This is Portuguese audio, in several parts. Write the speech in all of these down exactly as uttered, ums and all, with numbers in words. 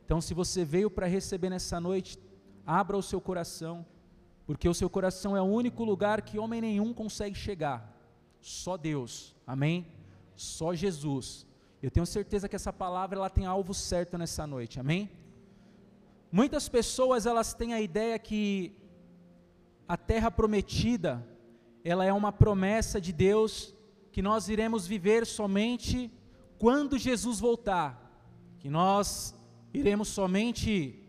Então, se você veio para receber nessa noite, abra o seu coração, porque o seu coração é o único lugar que homem nenhum consegue chegar, só Deus, amém? Só Jesus. Eu tenho certeza que essa palavra ela tem alvo certo nessa noite, amém? Muitas pessoas elas têm a ideia que a terra prometida, ela é uma promessa de Deus, que nós iremos viver somente quando Jesus voltar, que nós iremos somente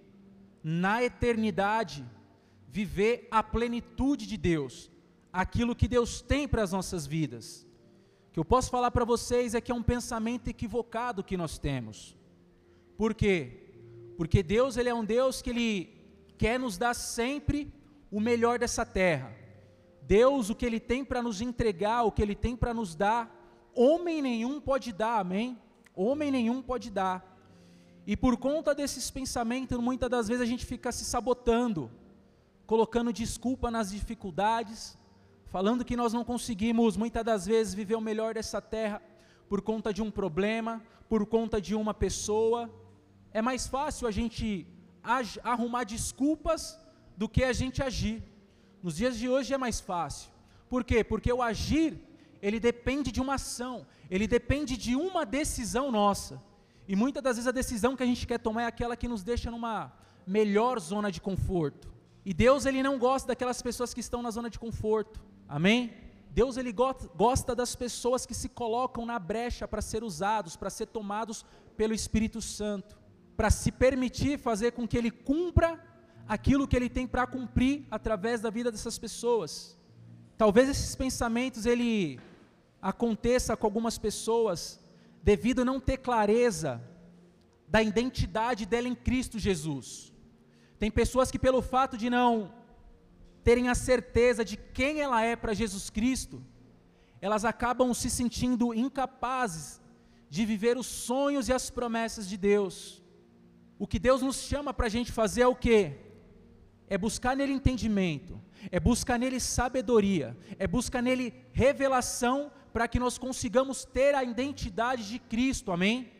na eternidade viver a plenitude de Deus, aquilo que Deus tem para as nossas vidas. O que eu posso falar para vocês é que é um pensamento equivocado que nós temos. Por quê? Porque Deus ele é um Deus que Ele quer nos dar sempre o melhor dessa terra. Deus, o que Ele tem para nos entregar, o que Ele tem para nos dar, homem nenhum pode dar, amém? Homem nenhum pode dar. E por conta desses pensamentos, muitas das vezes a gente fica se sabotando, colocando desculpa nas dificuldades, falando que nós não conseguimos, muitas das vezes, viver o melhor dessa terra, por conta de um problema, por conta de uma pessoa. É mais fácil a gente arrumar desculpas do que a gente agir. Nos dias de hoje é mais fácil. Por quê? Porque o agir, ele depende de uma ação, ele depende de uma decisão nossa. E muitas das vezes a decisão que a gente quer tomar é aquela que nos deixa numa melhor zona de conforto. E Deus ele não gosta daquelas pessoas que estão na zona de conforto. Amém? Deus ele gosta das pessoas que se colocam na brecha para ser usados, para ser tomados pelo Espírito Santo, para se permitir fazer com que Ele cumpra aquilo que Ele tem para cumprir através da vida dessas pessoas. Talvez esses pensamentos ele aconteça com algumas pessoas devido a não ter clareza da identidade dela em Cristo Jesus. Tem pessoas que pelo fato de não terem a certeza de quem ela é para Jesus Cristo, elas acabam se sentindo incapazes de viver os sonhos e as promessas de Deus. O que Deus nos chama para a gente fazer é o quê? É buscar nele entendimento, é buscar nele sabedoria, é buscar nele revelação, para que nós consigamos ter a identidade de Cristo, amém?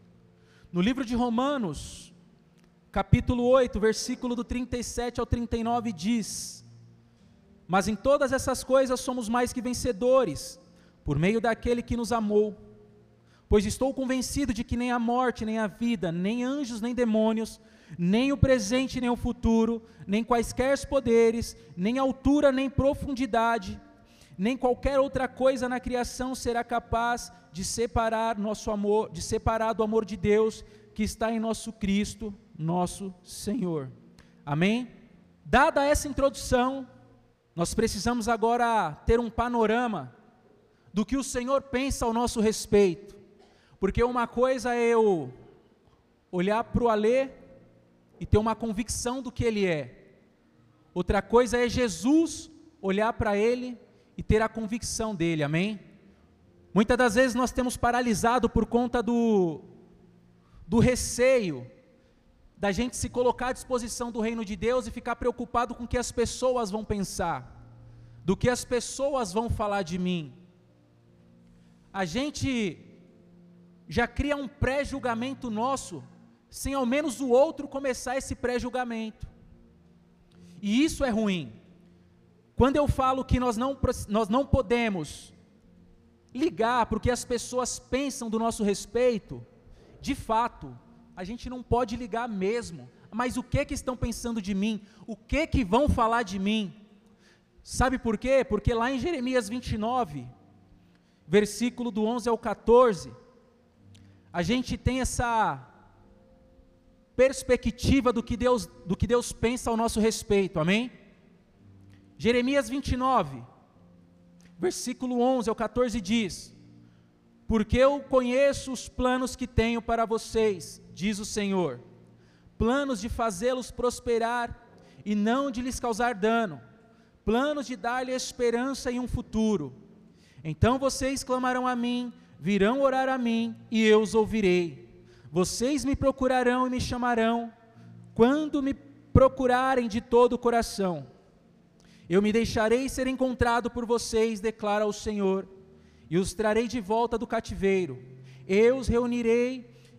No livro de Romanos, capítulo oito, versículo do trinta e sete ao trinta e nove diz: mas em todas essas coisas somos mais que vencedores, por meio daquele que nos amou, pois estou convencido de que nem a morte, nem a vida, nem anjos, nem demônios, nem o presente, nem o futuro, nem quaisquer poderes, nem altura, nem profundidade, nem qualquer outra coisa na criação será capaz de separar nosso amor, de separar do amor de Deus que está em nosso Cristo, nosso Senhor. Amém? Dada essa introdução, nós precisamos agora ter um panorama do que o Senhor pensa ao nosso respeito, porque uma coisa é eu olhar para o Alê e ter uma convicção do que ele é, outra coisa é Jesus olhar para ele e ter a convicção dele, amém? Muitas das vezes nós temos paralisado por conta do, do receio, da gente se colocar à disposição do reino de Deus e ficar preocupado com o que as pessoas vão pensar, do que as pessoas vão falar de mim. A gente já cria um pré-julgamento nosso, sem ao menos o outro começar esse pré-julgamento, e isso é ruim. Quando eu falo que nós não, nós não podemos ligar para o que as pessoas pensam do nosso respeito, de fato, a gente não pode ligar mesmo. Mas o que que estão pensando de mim? O que que vão falar de mim? Sabe por quê? Porque lá em Jeremias vinte e nove, versículo do onze ao quatorze, a gente tem essa perspectiva do que Deus, do que Deus pensa ao nosso respeito, amém? Jeremias vinte e nove, versículo onze ao quatorze diz: porque eu conheço os planos que tenho para vocês, diz o Senhor, planos de fazê-los prosperar e não de lhes causar dano, planos de dar-lhe esperança e um futuro. Então vocês clamarão a mim, virão orar a mim e eu os ouvirei. Vocês me procurarão e me chamarão, quando me procurarem de todo o coração. Eu me deixarei ser encontrado por vocês, declara o Senhor, e os trarei de volta do cativeiro. Eu os reunirei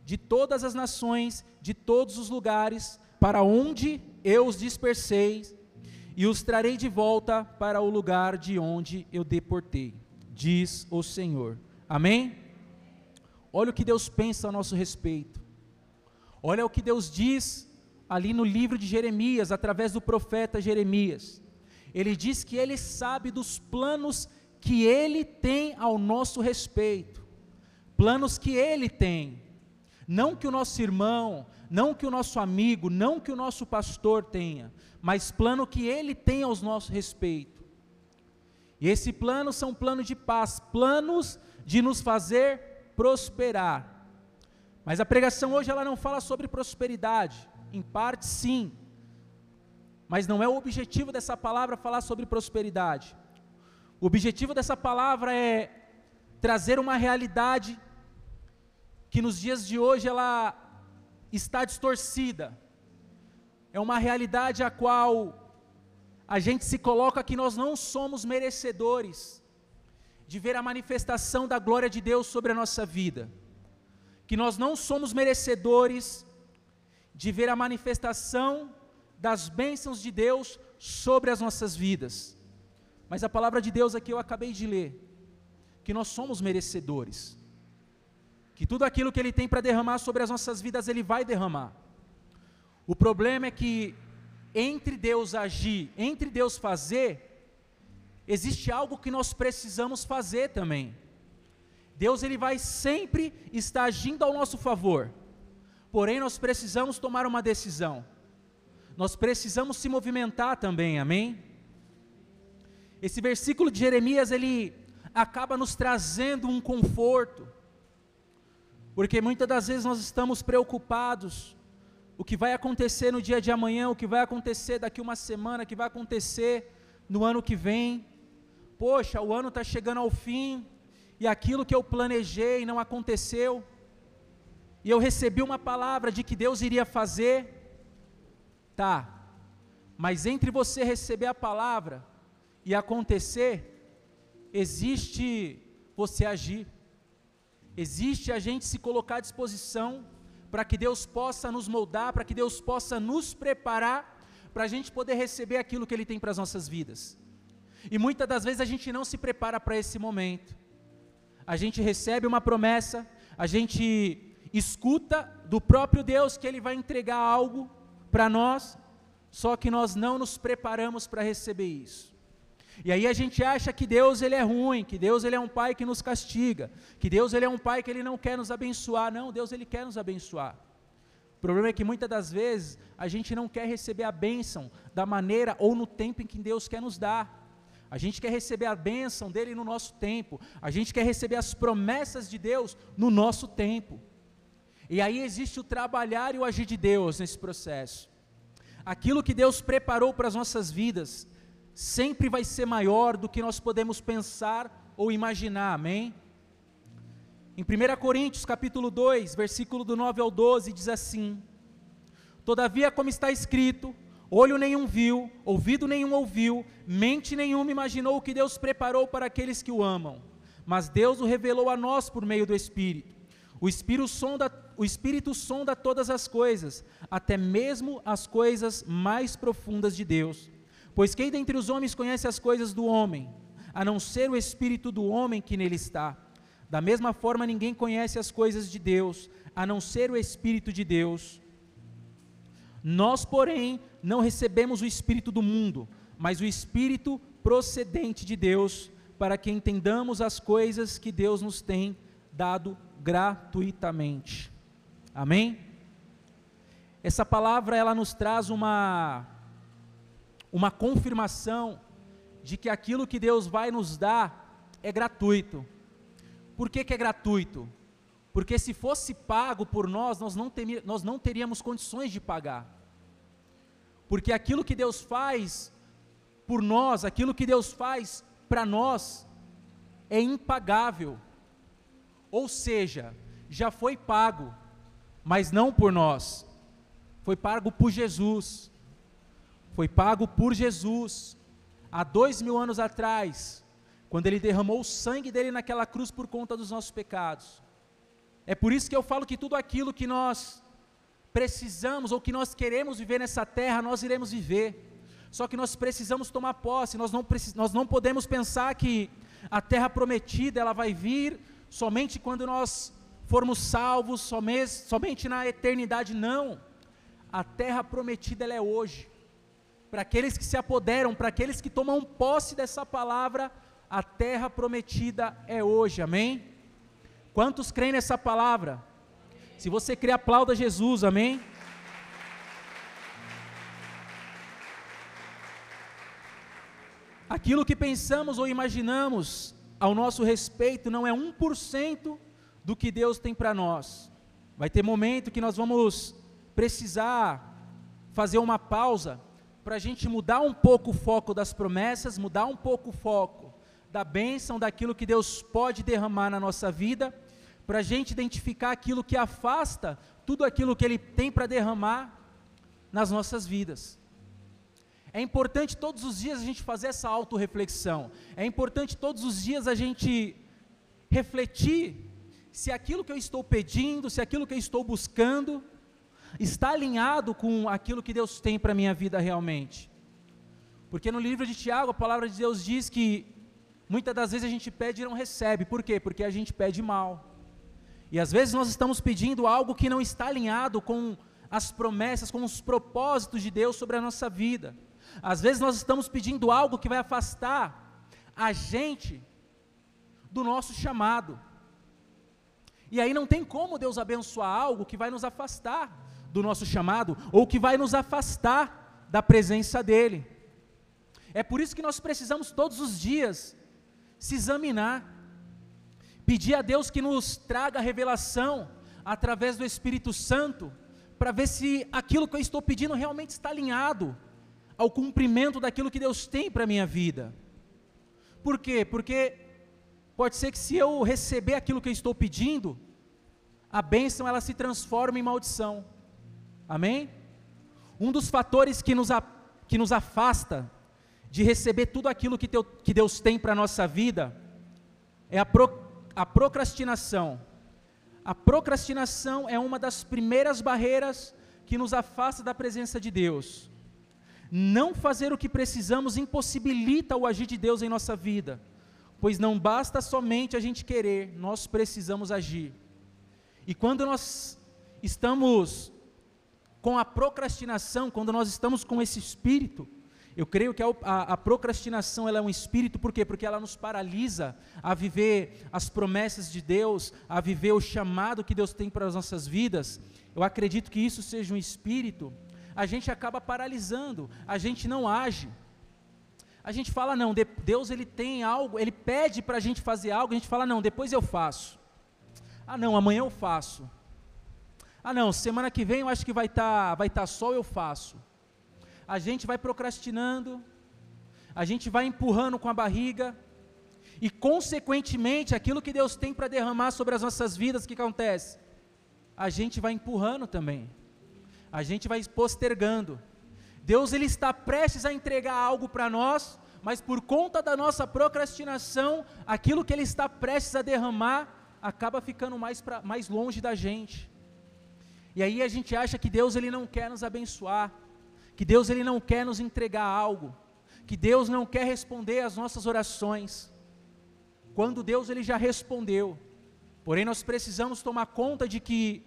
de todas as nações, de todos os lugares, para onde eu os dispersei, e os trarei de volta para o lugar de onde eu deportei, diz o Senhor. Amém? Olha o que Deus pensa a nosso respeito. Olha o que Deus diz ali no livro de Jeremias, através do profeta Jeremias. Ele diz que Ele sabe dos planos que Ele tem ao nosso respeito. Planos que Ele tem. Não que o nosso irmão, não que o nosso amigo, não que o nosso pastor tenha, mas plano que Ele tem ao nosso respeito. E esse plano são planos de paz, planos de nos fazer prosperar. Mas a pregação hoje ela não fala sobre prosperidade, em parte sim, mas não é o objetivo dessa palavra falar sobre prosperidade. O objetivo dessa palavra é trazer uma realidade que nos dias de hoje ela está distorcida. É uma realidade a qual a gente se coloca que nós não somos merecedores de ver a manifestação da glória de Deus sobre a nossa vida, que nós não somos merecedores de ver a manifestação das bênçãos de Deus sobre as nossas vidas. Mas a palavra de Deus aqui eu acabei de ler, que nós somos merecedores, que tudo aquilo que Ele tem para derramar sobre as nossas vidas, Ele vai derramar. O problema é que entre Deus agir, entre Deus fazer, existe algo que nós precisamos fazer também. Deus ele vai sempre estar agindo ao nosso favor, porém nós precisamos tomar uma decisão, nós precisamos se movimentar também, amém? Esse versículo de Jeremias, ele acaba nos trazendo um conforto, porque muitas das vezes nós estamos preocupados, o que vai acontecer no dia de amanhã, o que vai acontecer daqui uma semana, o que vai acontecer no ano que vem. Poxa, o ano está chegando ao fim, e aquilo que eu planejei não aconteceu, e eu recebi uma palavra de que Deus iria fazer, tá, mas entre você receber a palavra e acontecer, existe você agir, existe a gente se colocar à disposição, para que Deus possa nos moldar, para que Deus possa nos preparar, para a gente poder receber aquilo que Ele tem para as nossas vidas. E muitas das vezes a gente não se prepara para esse momento, a gente recebe uma promessa, a gente escuta do próprio Deus que Ele vai entregar algo para nós, só que nós não nos preparamos para receber isso. E aí a gente acha que Deus ele é ruim, que Deus ele é um pai que nos castiga, que Deus ele é um pai que ele não quer nos abençoar. Não, Deus ele quer nos abençoar. O problema é que muitas das vezes a gente não quer receber a bênção da maneira ou no tempo em que Deus quer nos dar. A gente quer receber a bênção dele no nosso tempo, a gente quer receber as promessas de Deus no nosso tempo. E aí existe o trabalhar e o agir de Deus nesse processo. Aquilo que Deus preparou para as nossas vidas sempre vai ser maior do que nós podemos pensar ou imaginar, amém? Em primeira Coríntios capítulo dois, versículo do nove ao doze, diz assim: todavia, como está escrito, olho nenhum viu, ouvido nenhum ouviu, mente nenhuma imaginou o que Deus preparou para aqueles que o amam, mas Deus o revelou a nós por meio do Espírito. O Espírito sonda, o Espírito sonda todas as coisas, até mesmo as coisas mais profundas de Deus. Pois quem dentre os homens conhece as coisas do homem, a não ser o espírito do homem que nele está? Da mesma forma, ninguém conhece as coisas de Deus, a não ser o Espírito de Deus. Nós, porém, não recebemos o Espírito do mundo, mas o Espírito procedente de Deus, para que entendamos as coisas que Deus nos tem dado gratuitamente. Amém? Essa palavra, ela nos traz uma... uma confirmação de que aquilo que Deus vai nos dar é gratuito. Por que que é gratuito? Porque se fosse pago por nós, nós não, teria, nós não teríamos condições de pagar. Porque aquilo que Deus faz por nós, aquilo que Deus faz para nós, é impagável. Ou seja, já foi pago, mas não por nós, foi pago por Jesus. Foi pago por Jesus, há dois mil anos atrás, quando Ele derramou o sangue dele naquela cruz por conta dos nossos pecados. É por isso que eu falo que tudo aquilo que nós precisamos ou que nós queremos viver nessa terra, nós iremos viver. Só que nós precisamos tomar posse, nós não, precis, nós não podemos pensar que a terra prometida ela vai vir somente quando nós formos salvos, somente, somente na eternidade, não. A terra prometida ela é hoje. Para aqueles que se apoderam, para aqueles que tomam posse dessa palavra, a terra prometida é hoje, amém? Quantos creem nessa palavra? Se você crê, aplauda Jesus, amém? Aquilo que pensamos ou imaginamos ao nosso respeito não é um por cento do que Deus tem para nós. Vai ter momento que nós vamos precisar fazer uma pausa para a gente mudar um pouco o foco das promessas, mudar um pouco o foco da bênção, daquilo que Deus pode derramar na nossa vida, para a gente identificar aquilo que afasta tudo aquilo que Ele tem para derramar nas nossas vidas. É importante todos os dias a gente fazer essa autorreflexão, é importante todos os dias a gente refletir se aquilo que eu estou pedindo, se aquilo que eu estou buscando, está alinhado com aquilo que Deus tem para a minha vida realmente. Porque no livro de Tiago, a palavra de Deus diz que muitas das vezes a gente pede e não recebe. Por quê? Porque a gente pede mal. E às vezes nós estamos pedindo algo que não está alinhado com as promessas, com os propósitos de Deus sobre a nossa vida. Às vezes nós estamos pedindo algo que vai afastar a gente do nosso chamado. E aí não tem como Deus abençoar algo que vai nos afastar do nosso chamado, ou que vai nos afastar da presença dEle. É por isso que nós precisamos todos os dias se examinar, pedir a Deus que nos traga revelação através do Espírito Santo, para ver se aquilo que eu estou pedindo realmente está alinhado ao cumprimento daquilo que Deus tem para a minha vida. Por quê? Porque pode ser que se eu receber aquilo que eu estou pedindo, a bênção ela se transforma em maldição. Amém? Um dos fatores que nos, a, que nos afasta de receber tudo aquilo que, teu, que Deus tem para a nossa vida é a, pro, a procrastinação. A procrastinação é uma das primeiras barreiras que nos afasta da presença de Deus. Não fazer o que precisamos impossibilita o agir de Deus em nossa vida, pois não basta somente a gente querer, nós precisamos agir. E quando nós estamos com a procrastinação, quando nós estamos com esse espírito, eu creio que a, a, a procrastinação ela é um espírito, por quê? Porque ela nos paralisa a viver as promessas de Deus, a viver o chamado que Deus tem para as nossas vidas. Eu acredito que isso seja um espírito. A gente acaba paralisando, a gente não age. A gente fala, não, Deus ele tem algo, Ele pede para a gente fazer algo, a gente fala, não, depois eu faço. Ah não, amanhã eu faço. Ah não, semana que vem eu acho que vai estar vai tá sol, eu faço. A gente vai procrastinando, a gente vai empurrando com a barriga, e consequentemente, aquilo que Deus tem para derramar sobre as nossas vidas, o que acontece? A gente vai empurrando também, a gente vai postergando. Deus ele está prestes a entregar algo para nós, mas por conta da nossa procrastinação, aquilo que Ele está prestes a derramar, acaba ficando mais, pra, mais longe da gente. E aí a gente acha que Deus ele não quer nos abençoar, que Deus ele não quer nos entregar algo, que Deus não quer responder às nossas orações, quando Deus ele já respondeu. Porém nós precisamos tomar conta de que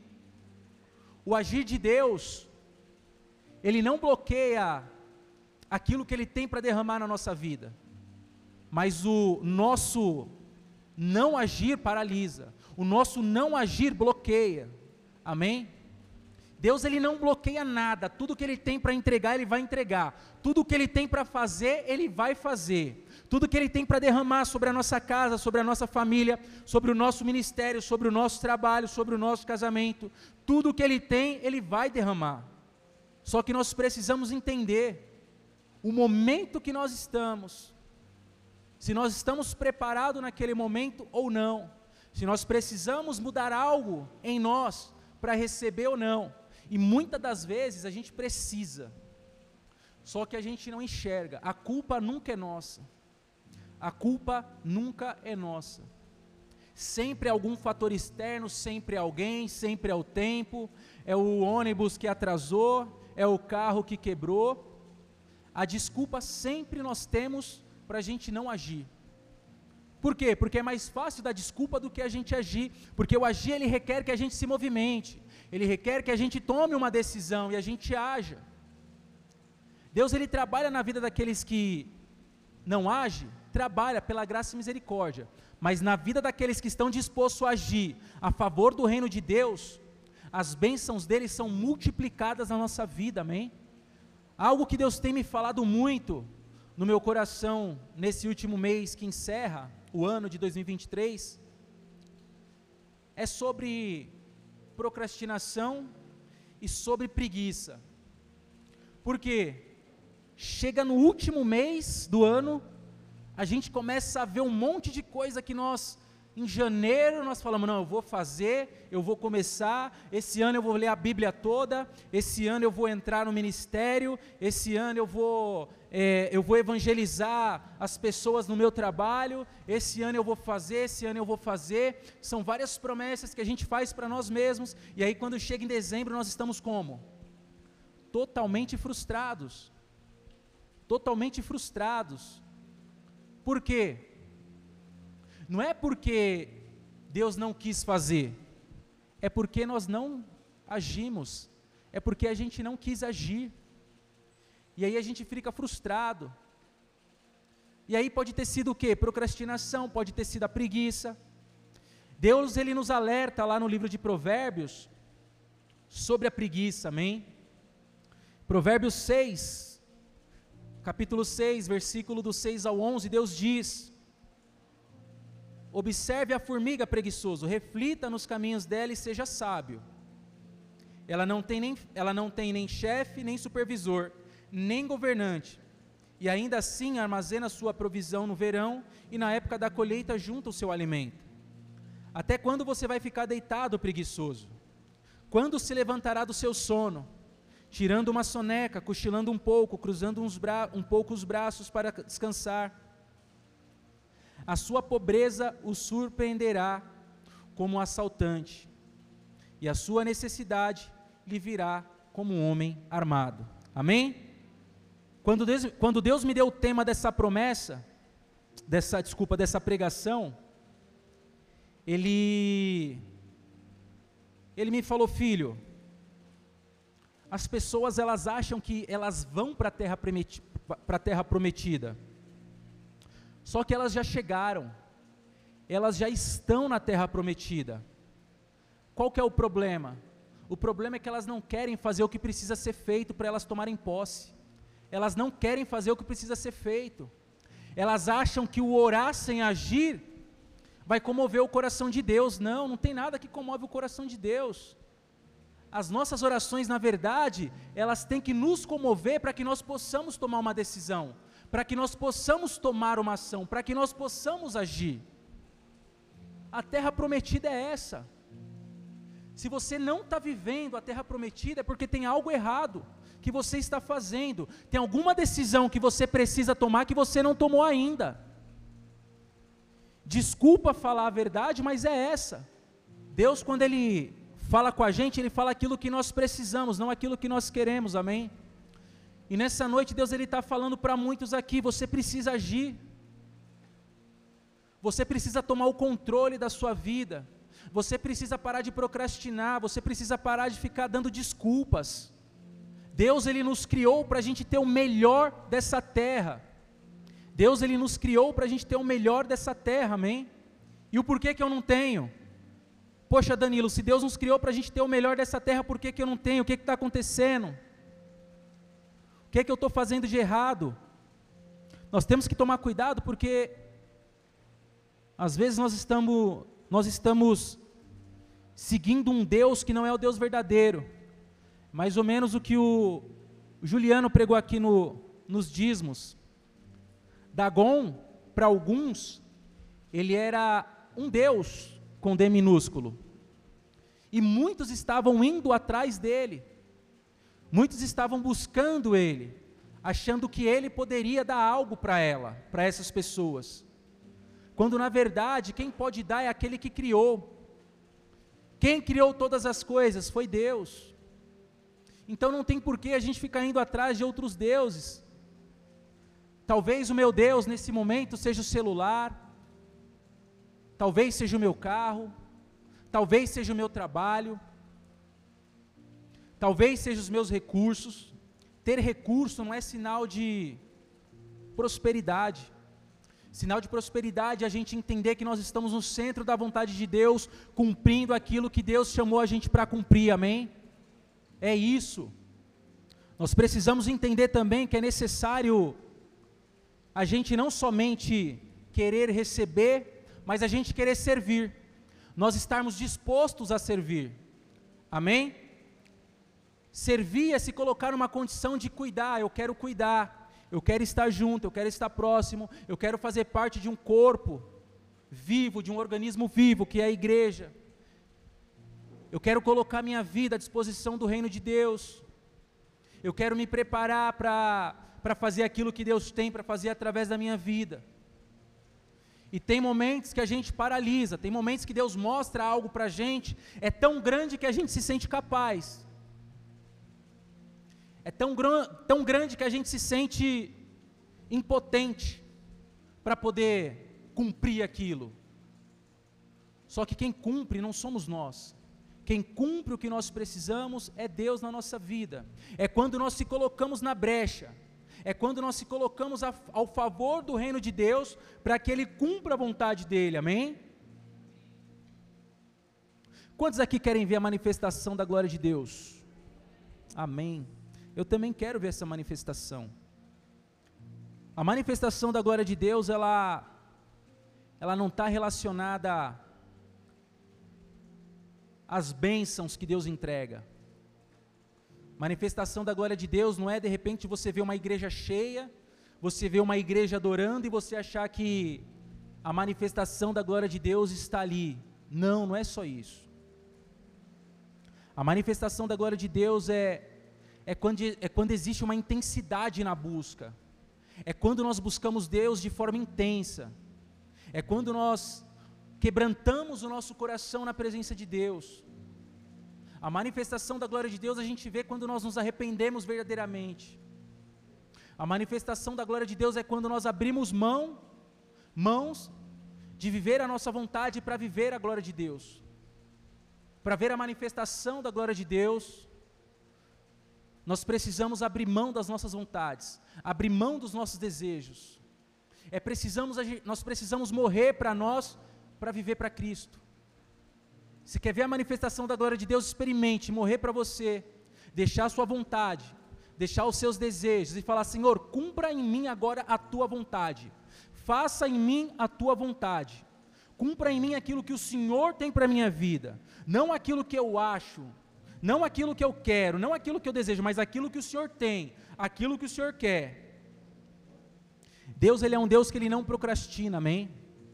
o agir de Deus, Ele não bloqueia aquilo que Ele tem para derramar na nossa vida, mas o nosso não agir paralisa, o nosso não agir bloqueia, amém? Deus ele não bloqueia nada, tudo que Ele tem para entregar, Ele vai entregar, tudo que Ele tem para fazer, Ele vai fazer, tudo que Ele tem para derramar sobre a nossa casa, sobre a nossa família, sobre o nosso ministério, sobre o nosso trabalho, sobre o nosso casamento, tudo que Ele tem, Ele vai derramar. Só que nós precisamos entender o momento que nós estamos, se nós estamos preparados naquele momento ou não, se nós precisamos mudar algo em nós para receber ou não. E muitas das vezes a gente precisa, só que a gente não enxerga. A culpa nunca é nossa, a culpa nunca é nossa. Sempre é algum fator externo, sempre é alguém, sempre é o tempo, é o ônibus que atrasou, é o carro que quebrou. A desculpa sempre nós temos para a gente não agir. Por quê? Porque é mais fácil dar desculpa do que a gente agir, porque o agir ele requer que a gente se movimente, ele requer que a gente tome uma decisão e a gente haja. Deus ele trabalha na vida daqueles que não agem, trabalha pela graça e misericórdia, mas na vida daqueles que estão dispostos a agir a favor do reino de Deus, as bênçãos dele são multiplicadas na nossa vida, amém? Algo que Deus tem me falado muito no meu coração nesse último mês que encerra o ano de dois mil e vinte e três, é sobre procrastinação e sobre preguiça. Por quê? Chega no último mês do ano, a gente começa a ver um monte de coisa que nós, em janeiro, nós falamos, não, eu vou fazer, eu vou começar, esse ano eu vou ler a Bíblia toda, esse ano eu vou entrar no ministério, esse ano eu vou, é, eu vou evangelizar as pessoas no meu trabalho, esse ano eu vou fazer, esse ano eu vou fazer. São várias promessas que a gente faz para nós mesmos, e aí quando chega em dezembro nós estamos como? Totalmente frustrados, totalmente frustrados. Por quê? Não é porque Deus não quis fazer, é porque nós não agimos, é porque a gente não quis agir, e aí a gente fica frustrado, e aí pode ter sido o quê? Procrastinação, pode ter sido a preguiça. Deus ele nos alerta lá no livro de Provérbios, sobre a preguiça, amém? Provérbios seis, capítulo seis, versículo do seis ao onze, Deus diz: observe a formiga preguiçoso, reflita nos caminhos dela e seja sábio. Ela não tem nem, ela não tem nem chefe, nem supervisor, nem governante, e ainda assim armazena sua provisão no verão, e na época da colheita junta o seu alimento. Até quando você vai ficar deitado, preguiçoso? Quando se levantará do seu sono? Tirando uma soneca, cochilando um pouco, cruzando uns bra- um pouco os braços para descansar. A sua pobreza o surpreenderá como um assaltante, e a sua necessidade lhe virá como um homem armado. Amém? Quando Deus, quando Deus me deu o tema dessa promessa, dessa, desculpa, dessa pregação, Ele, Ele me falou, filho, as pessoas elas acham que elas vão para a terra, para a terra prometida, só que elas já chegaram, elas já estão na terra prometida. Qual que é o problema? O problema é que elas não querem fazer o que precisa ser feito para elas tomarem posse, elas não querem fazer o que precisa ser feito, elas acham que o orar sem agir vai comover o coração de Deus. Não, não tem nada que comove o coração de Deus. As nossas orações, na verdade, elas têm que nos comover para que nós possamos tomar uma decisão, para que nós possamos tomar uma ação, para que nós possamos agir. A terra prometida é essa. Se você não está vivendo a terra prometida, é porque tem algo errado que você está fazendo, tem alguma decisão que você precisa tomar que você não tomou ainda. Desculpa falar a verdade, mas é essa. Deus, quando Ele fala com a gente, Ele fala aquilo que nós precisamos, não aquilo que nós queremos, amém? E nessa noite Deus está falando para muitos aqui, você precisa agir, você precisa tomar o controle da sua vida, você precisa parar de procrastinar, você precisa parar de ficar dando desculpas. Deus Ele nos criou para a gente ter o melhor dessa terra, Deus Ele nos criou para a gente ter o melhor dessa terra, amém? E o porquê que eu não tenho? Poxa Danilo, se Deus nos criou para a gente ter o melhor dessa terra, por que que eu não tenho? O que está acontecendo? O que que eu estou fazendo de errado? Nós temos que tomar cuidado, porque às vezes nós estamos, nós estamos seguindo um Deus que não é o Deus verdadeiro. Mais ou menos o que o Juliano pregou aqui no, nos dízimos. Dagon, para alguns, ele era um Deus com D minúsculo, e muitos estavam indo atrás dele, muitos estavam buscando ele, achando que ele poderia dar algo para ela, para essas pessoas. quando na verdade quem pode dar é aquele que criou. Quem criou todas as coisas foi Deus. Então não tem por que a gente ficar indo atrás de outros deuses. Talvez o meu Deus nesse momento seja o celular, talvez seja o meu carro, talvez seja o meu trabalho, talvez seja os meus recursos. Ter recurso não é sinal de prosperidade. Sinal de prosperidade é a gente entender que nós estamos no centro da vontade de Deus, cumprindo aquilo que Deus chamou a gente para cumprir, amém? É isso. Nós precisamos entender também que é necessário a gente não somente querer receber, mas a gente querer servir, nós estarmos dispostos a servir, amém? Servir é se colocar numa condição de cuidar, eu quero cuidar, eu quero estar junto, eu quero estar próximo, eu quero fazer parte de um corpo vivo, de um organismo vivo, que é a igreja, eu quero colocar minha vida à disposição do reino de Deus, eu quero me preparar para para fazer aquilo que Deus tem para fazer através da minha vida. E tem momentos que a gente paralisa, tem momentos que Deus mostra algo para a gente, é tão grande que a gente se sente capaz, é tão, tão grande que a gente se sente impotente para poder cumprir aquilo. Só que quem cumpre não somos nós. Quem cumpre o que nós precisamos é Deus na nossa vida. É quando nós se colocamos na brecha, é quando nós se colocamos a, ao favor do reino de Deus, para que Ele cumpra a vontade dEle, amém? Quantos aqui querem ver a manifestação da glória de Deus? Amém. Eu também quero ver essa manifestação. A manifestação da glória de Deus, ela, ela não está relacionada às bênçãos que Deus entrega. Manifestação da glória de Deus não é de repente você ver uma igreja cheia, você ver uma igreja adorando e você achar que a manifestação da glória de Deus está ali. Não, não é só isso. A manifestação da glória de Deus é, é, quando, é quando existe uma intensidade na busca, é quando nós buscamos Deus de forma intensa, é quando nós quebrantamos o nosso coração na presença de Deus. A manifestação da glória de Deus a gente vê quando nós nos arrependemos verdadeiramente. A manifestação da glória de Deus é quando nós abrimos mão, mãos de viver a nossa vontade para viver a glória de Deus. Para ver a manifestação da glória de Deus, nós precisamos abrir mão das nossas vontades, abrir mão dos nossos desejos. É precisamos, nós precisamos morrer para nós, para viver para Cristo. Se quer ver a manifestação da glória de Deus, experimente morrer para você, deixar a sua vontade, deixar os seus desejos e falar: Senhor, cumpra em mim agora a tua vontade, faça em mim a tua vontade, cumpra em mim aquilo que o Senhor tem para a minha vida, não aquilo que eu acho, não aquilo que eu quero, não aquilo que eu desejo, mas aquilo que o Senhor tem, aquilo que o Senhor quer. Deus, Ele é um Deus que Ele não procrastina, amém?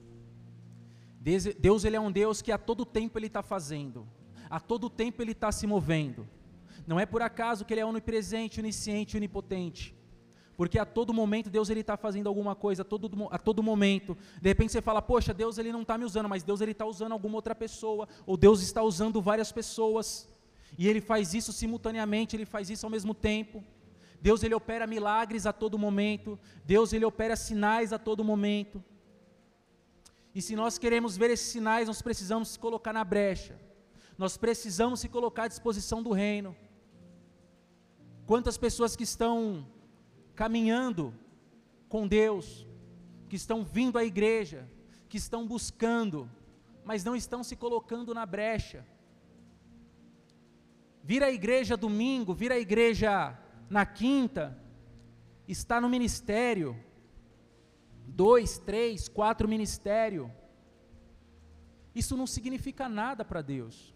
Deus, Ele é um Deus que a todo tempo Ele está fazendo, a todo tempo Ele está se movendo. Não é por acaso que Ele é onipresente, onisciente, onipotente, porque a todo momento Deus Ele está fazendo alguma coisa, a todo, a todo momento. De repente você fala: poxa, Deus Ele não está me usando, mas Deus Ele está usando alguma outra pessoa, ou Deus está usando várias pessoas, e Ele faz isso simultaneamente, Ele faz isso ao mesmo tempo. Deus Ele opera milagres a todo momento, Deus Ele opera sinais a todo momento. E se nós queremos ver esses sinais, nós precisamos se colocar na brecha, nós precisamos se colocar à disposição do reino. Quantas pessoas que estão caminhando com Deus, que estão vindo à igreja, que estão buscando, mas não estão se colocando na brecha. Vir à igreja domingo, vir à igreja na quinta, está no ministério, dois, três, quatro ministério, isso não significa nada para Deus.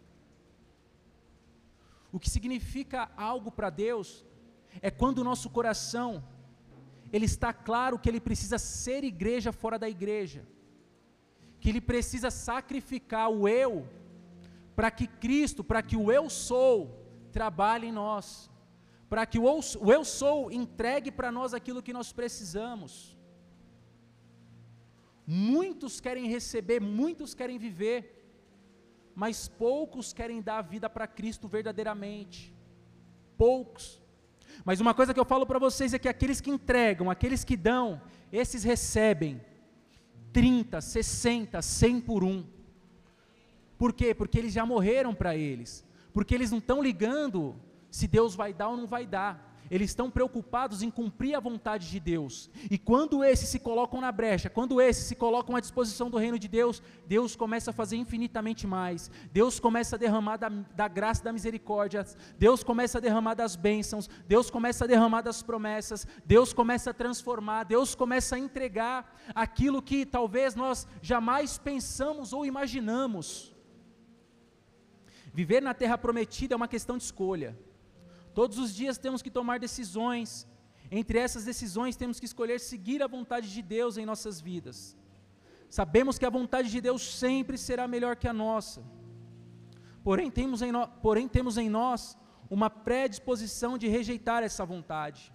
O que significa algo para Deus é quando o nosso coração, ele está claro que ele precisa ser igreja fora da igreja, que ele precisa sacrificar o eu, para que Cristo, para que o eu sou, trabalhe em nós, para que o eu, o eu sou entregue para nós aquilo que nós precisamos. Muitos querem receber, muitos querem viver, mas poucos querem dar a vida para Cristo verdadeiramente. Poucos. Mas uma coisa que eu falo para vocês é que aqueles que entregam, aqueles que dão, esses recebem trinta, sessenta, cem por um. Por quê? Porque eles já morreram para eles. Porque eles não estão ligando se Deus vai dar ou não vai dar. Eles estão preocupados em cumprir a vontade de Deus. E quando esses se colocam na brecha, quando esses se colocam à disposição do reino de Deus, Deus começa a fazer infinitamente mais. Deus começa a derramar da, da graça e da misericórdia. Deus começa a derramar das bênçãos. Deus começa a derramar das promessas. Deus começa a transformar. Deus começa a entregar aquilo que talvez nós jamais pensamos ou imaginamos. Viver na terra prometida é uma questão de escolha. Todos os dias temos que tomar decisões. Entre essas decisões temos que escolher seguir a vontade de Deus em nossas vidas. Sabemos que a vontade de Deus sempre será melhor que a nossa. Porém temos em, no, porém, temos em nós uma predisposição de rejeitar essa vontade.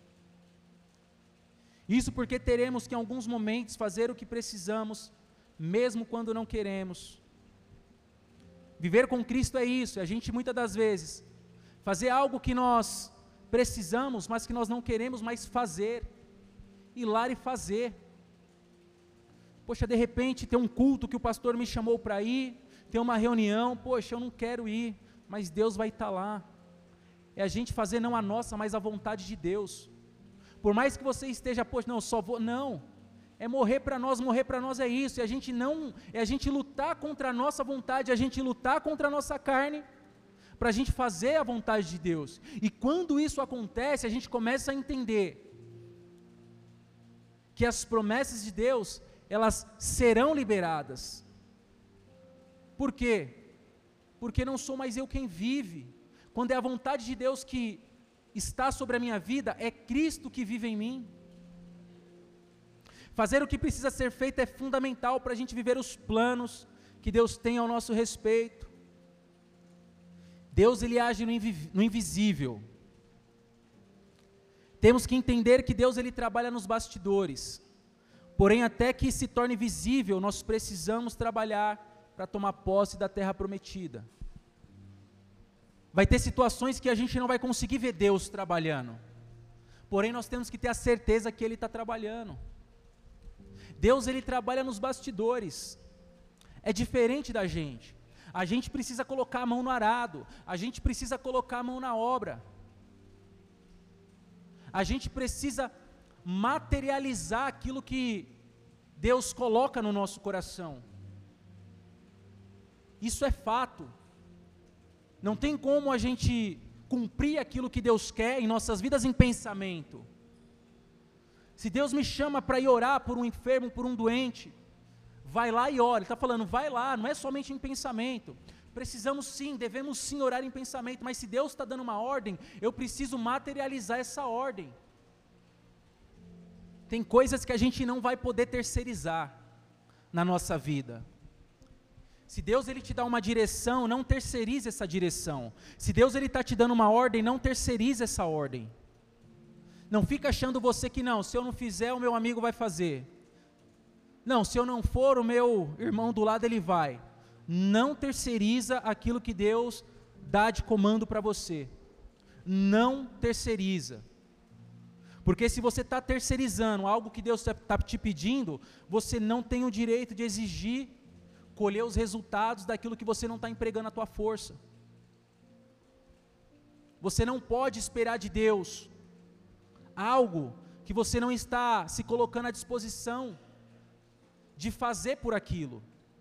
Isso porque teremos que em alguns momentos fazer o que precisamos, mesmo quando não queremos. Viver com Cristo é isso, a gente muitas das vezes fazer algo que nós precisamos, mas que nós não queremos mais fazer, ir lá e fazer. Poxa, de repente tem um culto que o pastor me chamou para ir, tem uma reunião, poxa, eu não quero ir, mas Deus vai estar lá. É a gente fazer não a nossa, mas a vontade de Deus. Por mais que você esteja, poxa, não, só vou, não, é morrer para nós, morrer para nós é isso, é a gente não, é a gente lutar contra a nossa vontade, é a gente lutar contra a nossa carne, para a gente fazer a vontade de Deus. E quando isso acontece, a gente começa a entender que as promessas de Deus, elas serão liberadas. Por quê? Porque não sou mais eu quem vive. Quando é a vontade de Deus que está sobre a minha vida, é Cristo que vive em mim. Fazer o que precisa ser feito é fundamental para a gente viver os planos que Deus tem ao nosso respeito. Deus, ele age no, invi- no invisível. Temos que entender que Deus, ele trabalha nos bastidores. Porém, até que se torne visível, nós precisamos trabalhar para tomar posse da terra prometida. Vai ter situações que a gente não vai conseguir ver Deus trabalhando. Porém, nós temos que ter a certeza que ele está trabalhando. Deus, ele trabalha nos bastidores. É diferente da gente. A gente precisa colocar a mão no arado, a gente precisa colocar a mão na obra, a gente precisa materializar aquilo que Deus coloca no nosso coração. Isso é fato. Não tem como a gente cumprir aquilo que Deus quer em nossas vidas em pensamento. Se Deus me chama para ir orar por um enfermo, por um doente, vai lá e ora. Ele está falando, vai lá, não é somente em pensamento. Precisamos sim, devemos sim orar em pensamento, mas se Deus está dando uma ordem, eu preciso materializar essa ordem. Tem coisas que a gente não vai poder terceirizar na nossa vida. Se Deus ele te dá uma direção, não terceirize essa direção. Se Deus ele está te dando uma ordem, não terceirize essa ordem. Não fica achando você que não, se eu não fizer, o meu amigo vai fazer. Não, se eu não for, o meu irmão do lado ele vai. Não terceiriza aquilo que Deus dá de comando para você. Não terceiriza. Porque se você está terceirizando algo que Deus está te pedindo, você não tem o direito de exigir, colher os resultados daquilo que você não está empregando a tua força. Você não pode esperar de Deus algo que você não está se colocando à disposição de fazer por aquilo.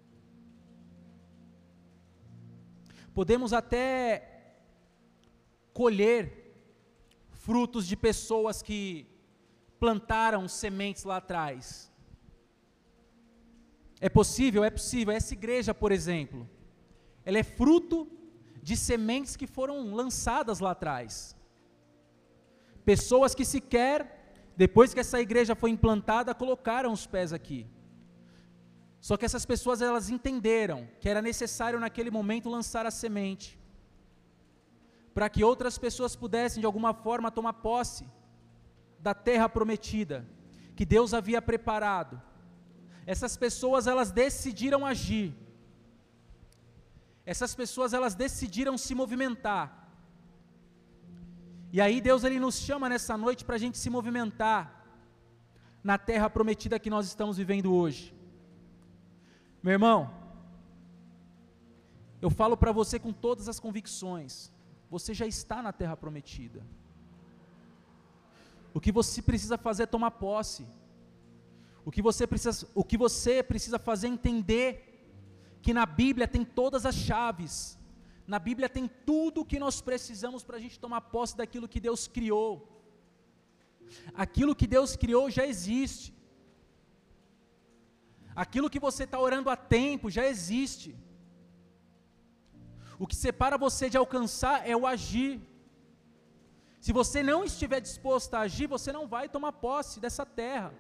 Podemos até colher frutos de pessoas que plantaram sementes lá atrás. É possível? É possível. Essa igreja, por exemplo, ela é fruto de sementes que foram lançadas lá atrás. Pessoas que sequer, depois que essa igreja foi implantada, colocaram os pés aqui. Só que essas pessoas, elas entenderam que era necessário naquele momento lançar a semente, para que outras pessoas pudessem de alguma forma tomar posse da terra prometida, que Deus havia preparado. Essas pessoas, elas decidiram agir. Essas pessoas, elas decidiram se movimentar. E aí Deus, Ele nos chama nessa noite para a gente se movimentar na terra prometida que nós estamos vivendo hoje. Meu irmão, eu falo para você com todas as convicções, você já está na terra prometida. O que você precisa fazer é tomar posse. O que você precisa, o que você precisa fazer é entender que na Bíblia tem todas as chaves. Na Bíblia tem tudo o que nós precisamos para a gente tomar posse daquilo que Deus criou. Aquilo que Deus criou já existe. Aquilo que você está orando há tempo já existe. O que separa você de alcançar é o agir. Se você não estiver disposto a agir, você não vai tomar posse dessa terra.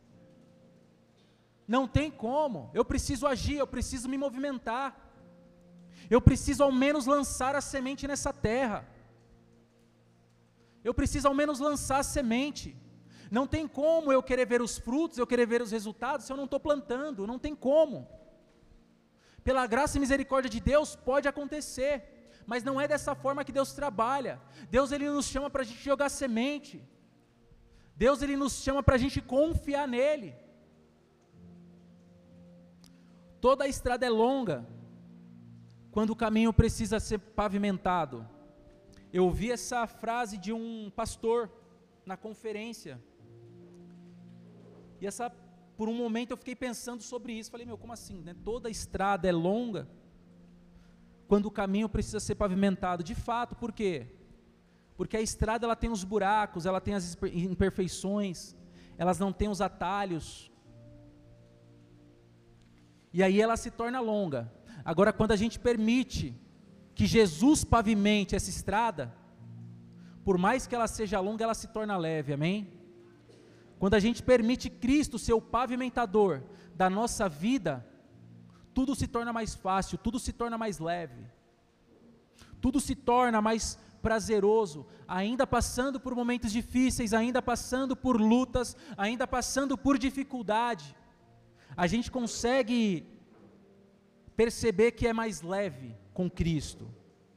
Não tem como. Eu preciso agir, eu preciso me movimentar. Eu preciso ao menos lançar a semente nessa terra. Eu preciso ao menos lançar a semente. Não tem como eu querer ver os frutos, eu querer ver os resultados, se eu não estou plantando, não tem como. Pela graça e misericórdia de Deus, pode acontecer, mas não é dessa forma que Deus trabalha. Deus, Ele nos chama para a gente jogar semente. Deus, Ele nos chama para a gente confiar nele. Toda a estrada é longa, quando o caminho precisa ser pavimentado. Eu ouvi essa frase de um pastor na conferência, e essa, por um momento eu fiquei pensando sobre isso, falei, meu, como assim, né? Toda estrada é longa, quando o caminho precisa ser pavimentado. De fato, por quê? Porque a estrada, ela tem os buracos, ela tem as imperfeições, elas não têm os atalhos, e aí ela se torna longa. Agora, quando a gente permite que Jesus pavimente essa estrada, por mais que ela seja longa, ela se torna leve, amém? Quando a gente permite Cristo ser o pavimentador da nossa vida, tudo se torna mais fácil, tudo se torna mais leve, tudo se torna mais prazeroso, ainda passando por momentos difíceis, ainda passando por lutas, ainda passando por dificuldade, a gente consegue perceber que é mais leve com Cristo.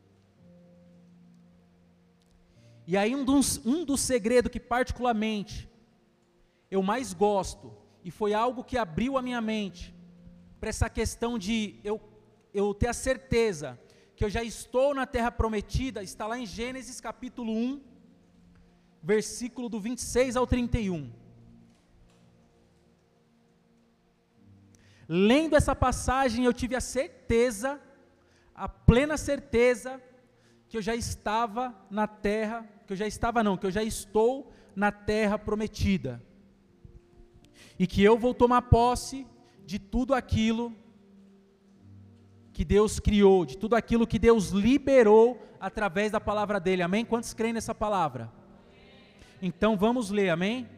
E aí um dos, um dos segredos que particularmente eu mais gosto, e foi algo que abriu a minha mente, para essa questão de eu, eu ter a certeza que eu já estou na terra prometida, está lá em Gênesis capítulo um, versículo do vinte e seis ao trinta e um. Lendo essa passagem, eu tive a certeza, a plena certeza, que eu já estava na terra, que eu já estava não, que eu já estou na terra prometida, e que eu vou tomar posse de tudo aquilo que Deus criou, de tudo aquilo que Deus liberou através da palavra dele, amém? Quantos creem nessa palavra? Então vamos ler, amém?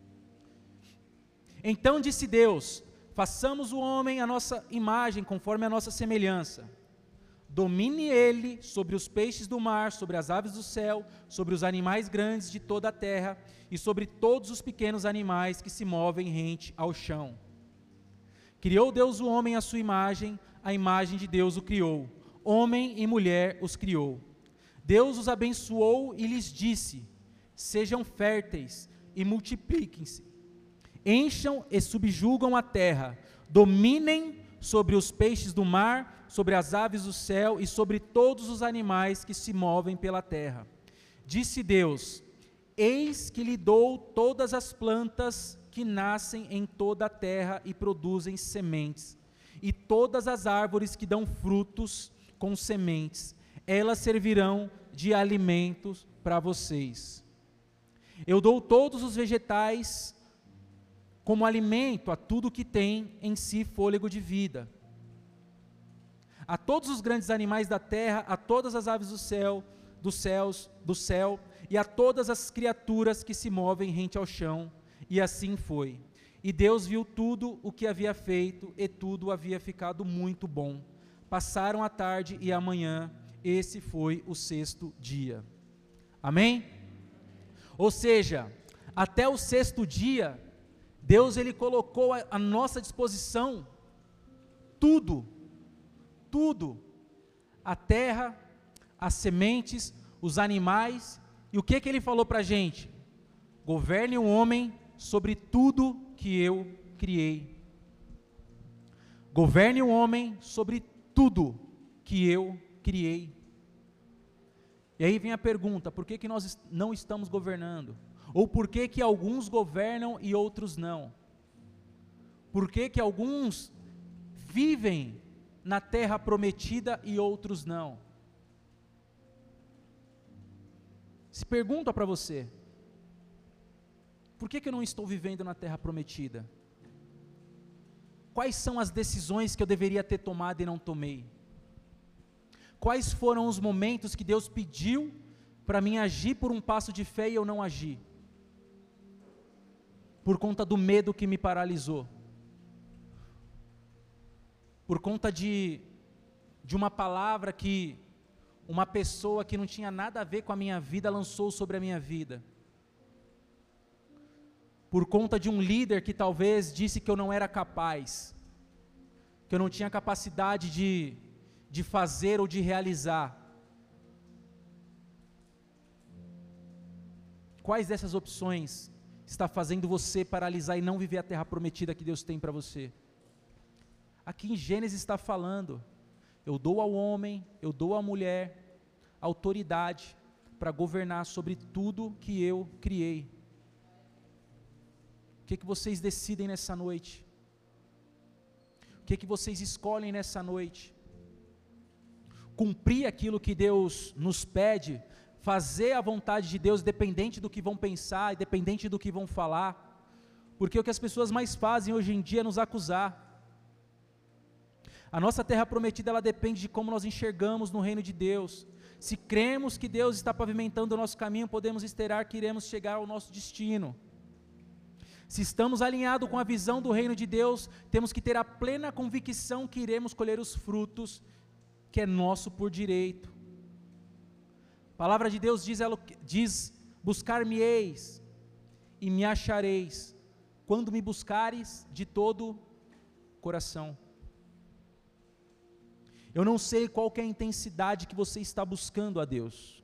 Então disse Deus, façamos o homem a nossa imagem, conforme a nossa semelhança. Domine ele sobre os peixes do mar, sobre as aves do céu, sobre os animais grandes de toda a terra, e sobre todos os pequenos animais que se movem rente ao chão. Criou Deus o homem à sua imagem, a imagem de Deus o criou. Homem e mulher os criou. Deus os abençoou e lhes disse, sejam férteis e multipliquem-se. Encham e subjugam a terra, dominem sobre os peixes do mar, sobre as aves do céu e sobre todos os animais que se movem pela terra. Disse Deus, eis que lhe dou todas as plantas que nascem em toda a terra e produzem sementes, e todas as árvores que dão frutos com sementes, elas servirão de alimentos para vocês. Eu dou todos os vegetais como alimento a tudo que tem em si fôlego de vida. A todos os grandes animais da terra, a todas as aves do céu, dos céus, do céu, e a todas as criaturas que se movem rente ao chão, e assim foi. E Deus viu tudo o que havia feito, e tudo havia ficado muito bom. Passaram a tarde e a manhã, esse foi o sexto dia. Amém? Ou seja, até o sexto dia, Deus, Ele colocou à nossa disposição tudo, tudo, a terra, as sementes, os animais, e o que que Ele falou para a gente? Governe o homem sobre tudo que eu criei. Governe o homem sobre tudo que eu criei. E aí vem a pergunta, por que que nós não estamos governando? Ou por que que alguns governam e outros não? Por que que alguns vivem na terra prometida e outros não? Se pergunta para você, por que que eu não estou vivendo na terra prometida? Quais são as decisões que eu deveria ter tomado e não tomei? Quais foram os momentos que Deus pediu para mim agir por um passo de fé e eu não agi? Por conta do medo que me paralisou. Por conta de, de uma palavra que uma pessoa que não tinha nada a ver com a minha vida lançou sobre a minha vida. Por conta de um líder que talvez disse que eu não era capaz, que eu não tinha capacidade de, de fazer ou de realizar. Quais dessas opções está fazendo você paralisar e não viver a terra prometida que Deus tem para você? Aqui em Gênesis está falando, eu dou ao homem, eu dou à mulher autoridade para governar sobre tudo que eu criei. O que que vocês decidem nessa noite? O que que vocês escolhem nessa noite? Cumprir aquilo que Deus nos pede, fazer a vontade de Deus, dependente do que vão pensar, independente do que vão falar, porque o que as pessoas mais fazem hoje em dia é nos acusar. A nossa terra prometida, ela depende de como nós enxergamos no reino de Deus. Se cremos que Deus está pavimentando o nosso caminho, podemos esperar que iremos chegar ao nosso destino. Se estamos alinhados com a visão do reino de Deus, temos que ter a plena convicção que iremos colher os frutos que é nosso por direito. A palavra de Deus diz, ela, diz buscar-me-eis e me achareis, quando me buscares de todo coração. Eu não sei qual que é a intensidade que você está buscando a Deus.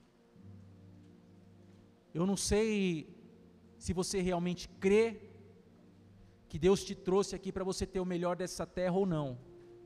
Eu não sei se você realmente crê que Deus te trouxe aqui para você ter o melhor dessa terra ou não.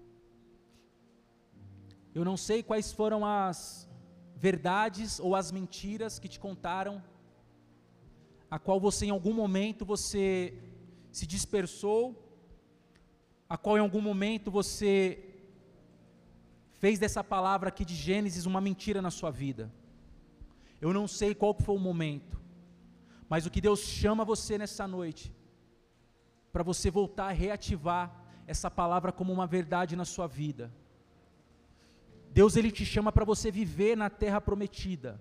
Eu não sei quais foram as verdades ou as mentiras que te contaram, a qual você em algum momento você se dispersou, a qual em algum momento você fez dessa palavra aqui de Gênesis uma mentira na sua vida. Eu não sei qual foi o momento, mas o que Deus chama você nessa noite, para você voltar a reativar essa palavra como uma verdade na sua vida. Deus, Ele te chama para você viver na terra prometida.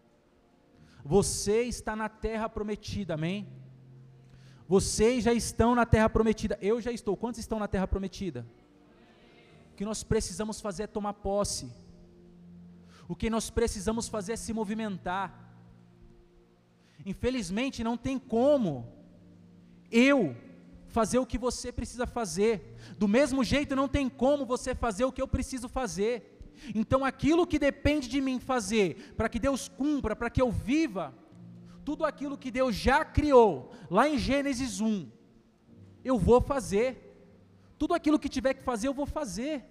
Você está na terra prometida, amém? Vocês já estão na terra prometida, eu já estou. Quantos estão na terra prometida? O que nós precisamos fazer é tomar posse. O que nós precisamos fazer é se movimentar. Infelizmente não tem como eu fazer o que você precisa fazer, do mesmo jeito não tem como você fazer o que eu preciso fazer. Então aquilo que depende de mim fazer, para que Deus cumpra, para que eu viva, tudo aquilo que Deus já criou, lá em Gênesis um, eu vou fazer. Tudo aquilo que tiver que fazer, eu vou fazer.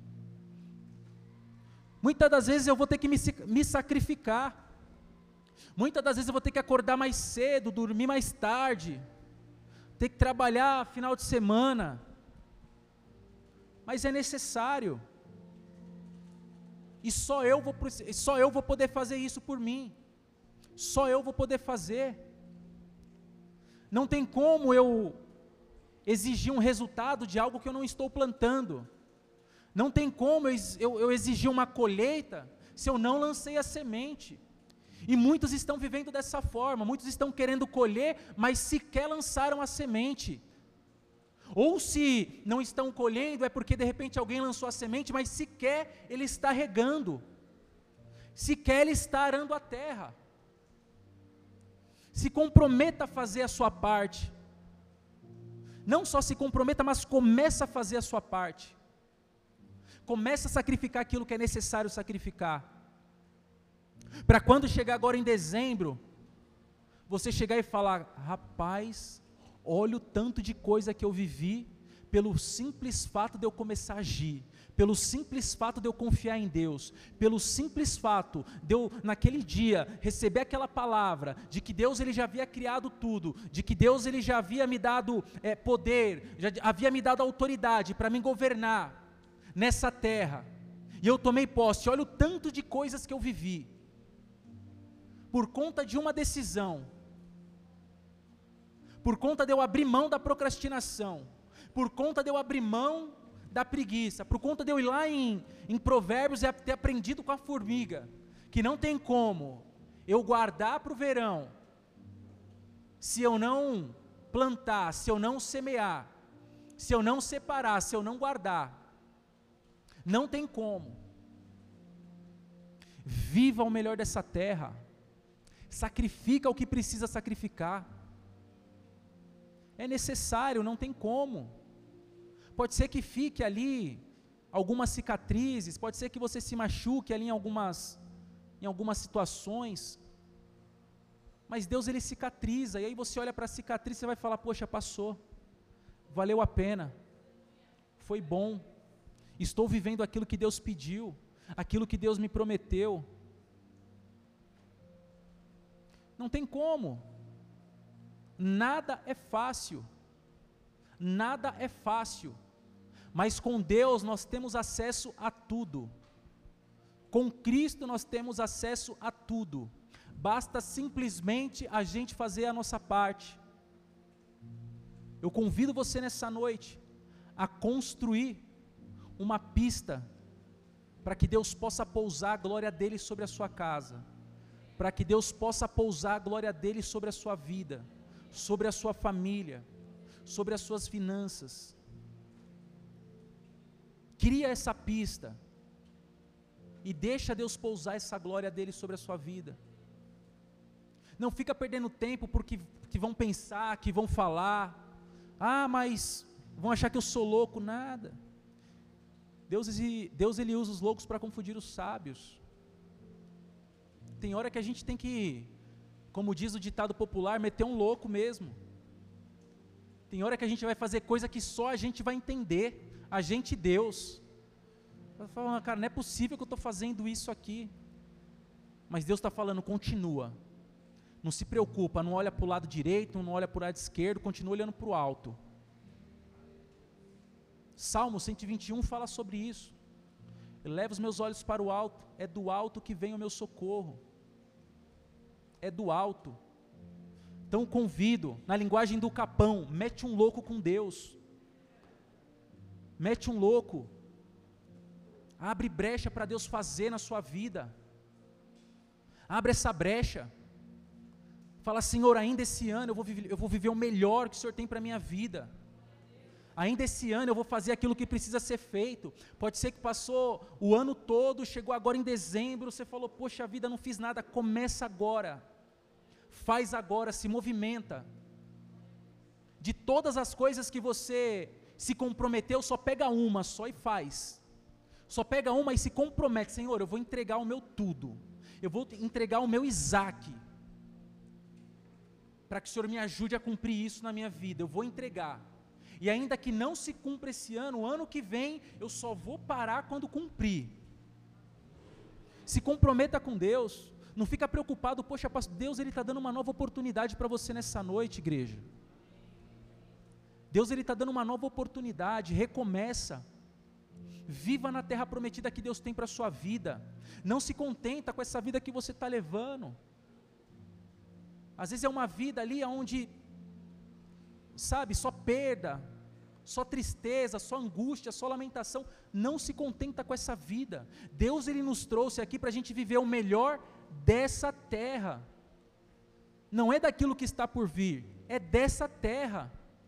Muitas das vezes eu vou ter que me, me sacrificar. Muitas das vezes eu vou ter que acordar mais cedo, dormir mais tarde, ter que trabalhar final de semana. Mas é necessário. E só eu vou, só eu vou poder fazer isso por mim. Só eu vou poder fazer. Não tem como eu exigir um resultado de algo que eu não estou plantando. Não tem como eu, eu, eu exigir uma colheita se eu não lancei a semente. E muitos estão vivendo dessa forma, muitos estão querendo colher, mas sequer lançaram a semente. Ou se não estão colhendo, é porque de repente alguém lançou a semente, mas sequer ele está regando, sequer ele está arando a terra. Se comprometa a fazer a sua parte. Não só se comprometa, mas comece a fazer a sua parte. Comece a sacrificar aquilo que é necessário sacrificar. Para quando chegar agora em dezembro, você chegar e falar: rapaz, olha o tanto de coisa que eu vivi, pelo simples fato de eu começar a agir, pelo simples fato de eu confiar em Deus, pelo simples fato de eu, naquele dia, receber aquela palavra, de que Deus ele já havia criado tudo, de que Deus ele já havia me dado é, poder, já havia me dado autoridade para me governar nessa terra, e eu tomei posse. Olha o tanto de coisas que eu vivi, por conta de uma decisão, por conta de eu abrir mão da procrastinação, por conta de eu abrir mão da preguiça, por conta de eu ir lá em, em Provérbios e ter aprendido com a formiga, que não tem como eu guardar para o verão, se eu não plantar, se eu não semear, se eu não separar, se eu não guardar, não tem como. Viva o melhor dessa terra, sacrifica o que precisa sacrificar, é necessário, não tem como. Pode ser que fique ali algumas cicatrizes, pode ser que você se machuque ali em algumas, em algumas situações, mas Deus ele cicatriza, e aí você olha para a cicatriz e você vai falar: poxa, passou, valeu a pena, foi bom, estou vivendo aquilo que Deus pediu, aquilo que Deus me prometeu. Não tem como, nada é fácil, nada é fácil, mas com Deus nós temos acesso a tudo, com Cristo nós temos acesso a tudo, basta simplesmente a gente fazer a nossa parte. Eu convido você nessa noite a construir uma pista, para que Deus possa pousar a glória dEle sobre a sua casa, para que Deus possa pousar a glória dEle sobre a sua vida, sobre a sua família, sobre as suas finanças. Cria essa pista, e deixa Deus pousar essa glória dEle sobre a sua vida. Não fica perdendo tempo porque que vão pensar, que vão falar, ah, mas vão achar que eu sou louco. Nada. Deus, Deus ele usa os loucos para confundir os sábios. Tem hora que a gente tem que, como diz o ditado popular, meter um louco mesmo. Tem hora que a gente vai fazer coisa que só a gente vai entender, a gente e Deus. Vai falar: cara, não é possível que eu estou fazendo isso aqui. Mas Deus está falando: continua, não se preocupa, não olha para o lado direito, não olha para o lado esquerdo, continua olhando para o alto. Salmo cento e vinte e um fala sobre isso: eleva os meus olhos para o alto, é do alto que vem o meu socorro, é do alto. Então convido, na linguagem do Capão, mete um louco com Deus, mete um louco, abre brecha para Deus fazer na sua vida, abre essa brecha, fala: Senhor, ainda esse ano eu vou viver, eu vou viver o melhor que o Senhor tem para a minha vida, ainda esse ano eu vou fazer aquilo que precisa ser feito. Pode ser que passou o ano todo, chegou agora em dezembro, você falou: poxa vida, não fiz nada. Começa agora, faz agora, se movimenta. De todas as coisas que você se comprometeu, só pega uma só e faz, só pega uma e se compromete: Senhor, eu vou entregar o meu tudo, eu vou entregar o meu Isaac, para que o Senhor me ajude a cumprir isso na minha vida. Eu vou entregar, e ainda que não se cumpra esse ano, o ano que vem, eu só vou parar quando cumprir. Se comprometa com Deus, não fica preocupado: poxa, pastor, Deus ele está dando uma nova oportunidade para você nessa noite, igreja. Deus ele está dando uma nova oportunidade, recomeça, viva na terra prometida que Deus tem para a sua vida, não se contenta com essa vida que você está levando. Às vezes é uma vida ali onde, sabe, só perda, só tristeza, só angústia, só lamentação. Não se contenta com essa vida. Deus ele nos trouxe aqui para a gente viver o melhor dessa terra, não é daquilo que está por vir, é dessa terra.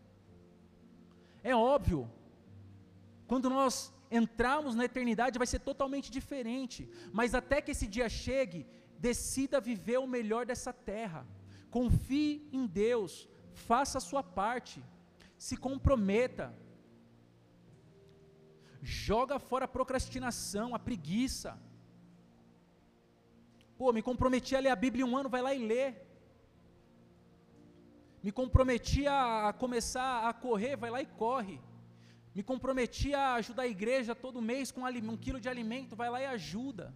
É óbvio, quando nós entrarmos na eternidade vai ser totalmente diferente, mas até que esse dia chegue, decida viver o melhor dessa terra, confie em Deus, faça a sua parte, Se comprometa. Joga fora a procrastinação, a preguiça. Pô, me comprometi a ler a Bíblia em um ano, vai lá e lê. Me comprometi a começar a correr, vai lá e corre. Me comprometi a ajudar a igreja todo mês com um quilo de alimento, vai lá e ajuda.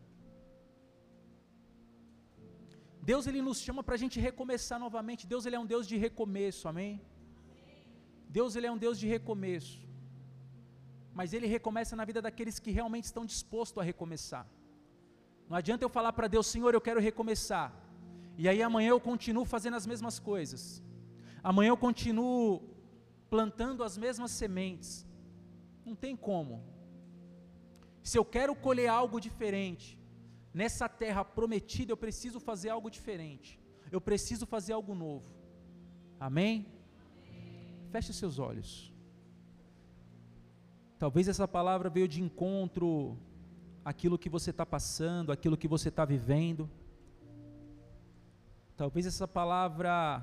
Deus, Ele nos chama para a gente recomeçar novamente. Deus, Ele é um Deus de recomeço, amém? Deus, Ele é um Deus de recomeço. Mas Ele recomeça na vida daqueles que realmente estão dispostos a recomeçar. Não adianta eu falar para Deus, Senhor, eu quero recomeçar, e aí amanhã eu continuo fazendo as mesmas coisas, amanhã eu continuo plantando as mesmas sementes. Não tem como. Se eu quero colher algo diferente, nessa terra prometida, eu preciso fazer algo diferente, eu preciso fazer algo novo, amém? Feche os seus olhos. Talvez essa palavra veio de encontro àquilo que você está passando, àquilo que você está vivendo. Talvez essa palavra,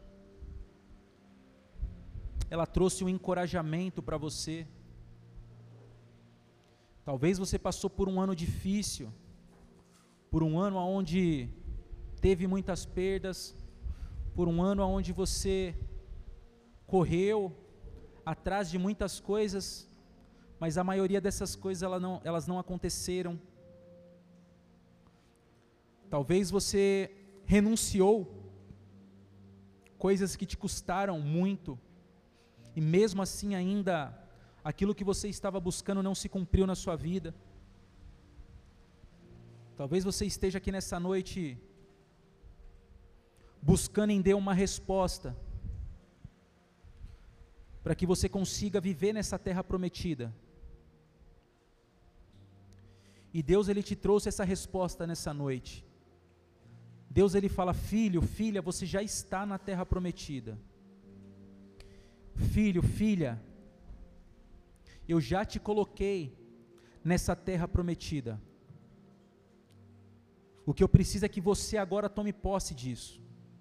ela trouxe um encorajamento para você. Talvez você passou por um ano difícil, por um ano onde teve muitas perdas, por um ano onde você correu atrás de muitas coisas, mas a maioria dessas coisas elas não, elas não aconteceram. Talvez você renunciou coisas que te custaram muito, e mesmo assim ainda aquilo que você estava buscando não se cumpriu na sua vida. Talvez você esteja aqui nessa noite buscando em Deus uma resposta, para que você consiga viver nessa terra prometida. E Deus, Ele te trouxe essa resposta nessa noite. Deus, Ele fala, filho, filha, você já está na terra prometida. Filho, filha, eu já te coloquei nessa terra prometida. O que eu preciso é que você agora tome posse disso.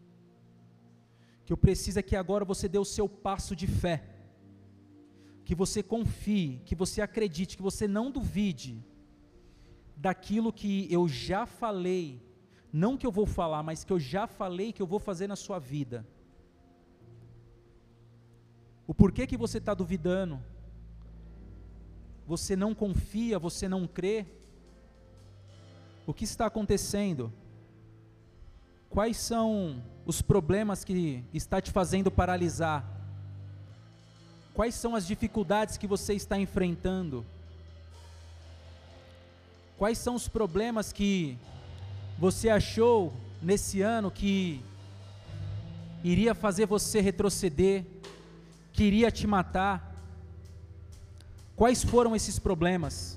O que eu preciso é que agora você dê o seu passo de fé. Que você confie, que você acredite, que você não duvide daquilo que eu já falei, não que eu vou falar, mas que eu já falei que eu vou fazer na sua vida. O porquê que você está duvidando? Você não confia, você não crê? O que está acontecendo? Quais são os problemas que está te fazendo paralisar? Quais são as dificuldades que você está enfrentando? Quais são os problemas que você achou nesse ano que iria fazer você retroceder, que iria te matar? Quais foram esses problemas?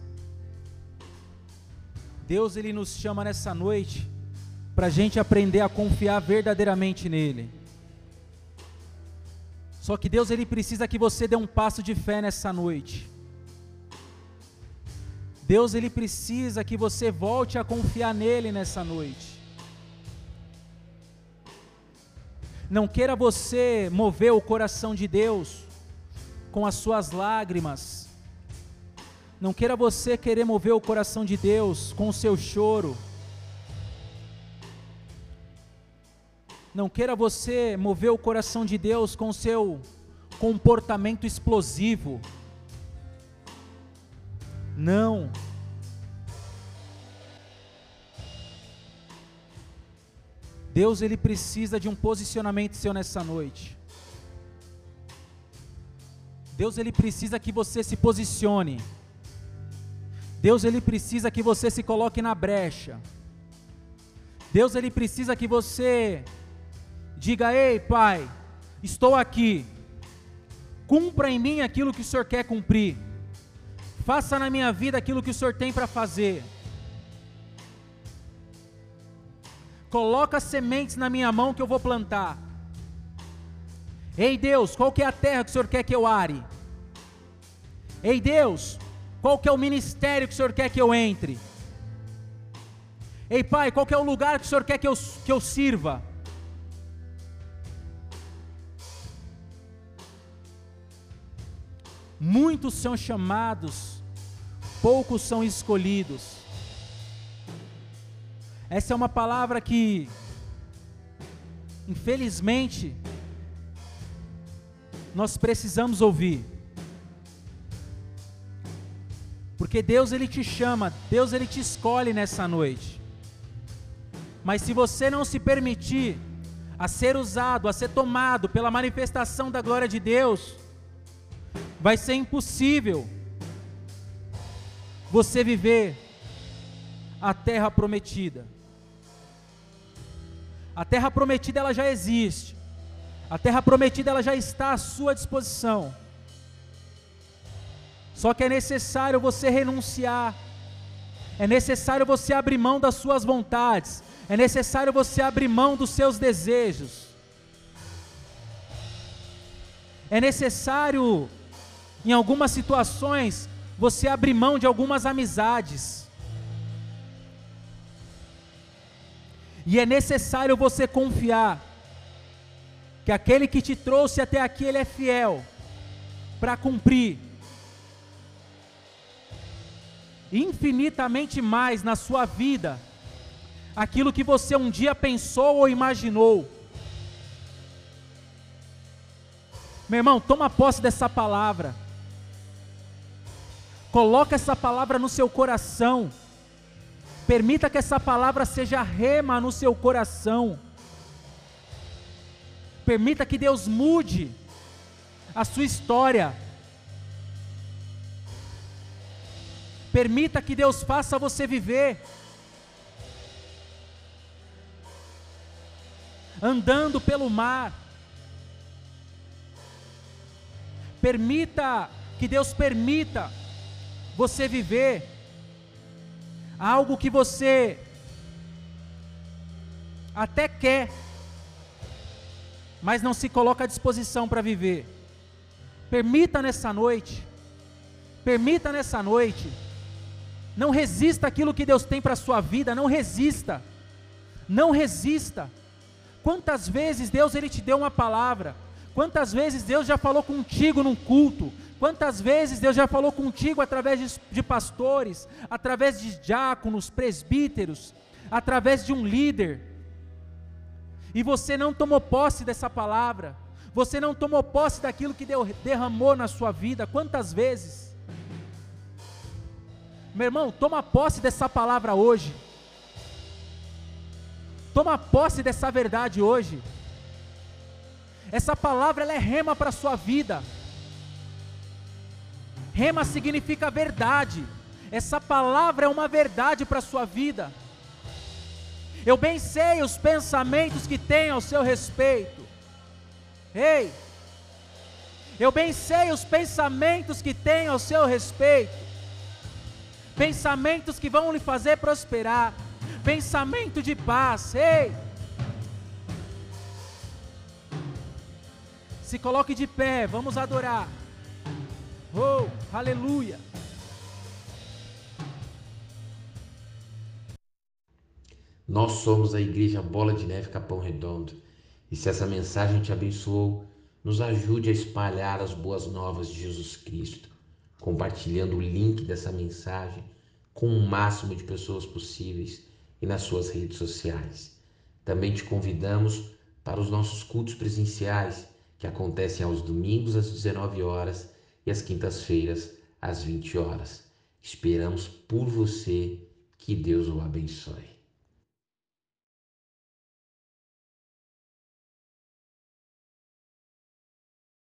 Deus, Ele nos chama nessa noite para a gente aprender a confiar verdadeiramente nele. Só que Deus, Ele precisa que você dê um passo de fé nessa noite. Deus, Ele precisa que você volte a confiar nele nessa noite. Não queira você mover o coração de Deus com as suas lágrimas. Não queira você querer mover o coração de Deus com o seu choro. Não queira você mover o coração de Deus com o seu comportamento explosivo. Não. Deus, Ele precisa de um posicionamento seu nessa noite. Deus, Ele precisa que você se posicione. Deus, Ele precisa que você se coloque na brecha. Deus, Ele precisa que você diga, ei Pai, estou aqui, cumpra em mim aquilo que o Senhor quer cumprir, faça na minha vida aquilo que o Senhor tem para fazer, coloca sementes na minha mão que eu vou plantar. Ei Deus, qual que é a terra que o Senhor quer que eu are? Ei Deus, qual que é o ministério que o Senhor quer que eu entre? Ei Pai, qual que é o lugar que o Senhor quer que eu, que eu sirva? Muitos são chamados, poucos são escolhidos. Essa é uma palavra que, infelizmente, nós precisamos ouvir. Porque Deus, Ele te chama, Deus, Ele te escolhe nessa noite. Mas se você não se permitir a ser usado, a ser tomado pela manifestação da glória de Deus, vai ser impossível você viver a terra prometida. A terra prometida, ela já existe. A terra prometida, ela já está à sua disposição. Só que é necessário você renunciar. É necessário você abrir mão das suas vontades. É necessário você abrir mão dos seus desejos. É necessário, em algumas situações, você abrir mão de algumas amizades. E é necessário você confiar que aquele que te trouxe até aqui, Ele é fiel para cumprir infinitamente mais na sua vida aquilo que você um dia pensou ou imaginou. Meu irmão, toma posse dessa palavra. Coloca essa palavra no seu coração. Permita que essa palavra seja rema no seu coração. Permita que Deus mude a sua história. Permita que Deus faça você viver andando pelo mar. Permita que Deus permita você viver algo que você até quer, mas não se coloca à disposição para viver. Permita nessa noite, permita nessa noite, não resista àquilo que Deus tem para a sua vida, não resista, não resista. Quantas vezes Deus, Ele te deu uma palavra, quantas vezes Deus já falou contigo num culto, quantas vezes Deus já falou contigo através de, de pastores, através de diáconos, presbíteros, através de um líder, e você não tomou posse dessa palavra, você não tomou posse daquilo que Deus derramou na sua vida. Quantas vezes? Meu irmão, toma posse dessa palavra hoje, toma posse dessa verdade hoje. Essa palavra, ela é rema para a sua vida. Rema significa verdade. Essa palavra é uma verdade para a sua vida. Eu bem sei os pensamentos que tenho ao seu respeito. Ei, eu bem sei os pensamentos que tenho ao seu respeito. Pensamentos que vão lhe fazer prosperar. Pensamento de paz. Ei, se coloque de pé, vamos adorar. Oh, aleluia. Nós somos a Igreja Bola de Neve Capão Redondo. E se essa mensagem te abençoou, nos ajude a espalhar as boas novas de Jesus Cristo, compartilhando o link dessa mensagem com o máximo de pessoas possíveis e nas suas redes sociais. Também te convidamos para os nossos cultos presenciais, que acontecem aos domingos às dezenove horas e às quintas-feiras às vinte horas. Esperamos por você. Que Deus o abençoe.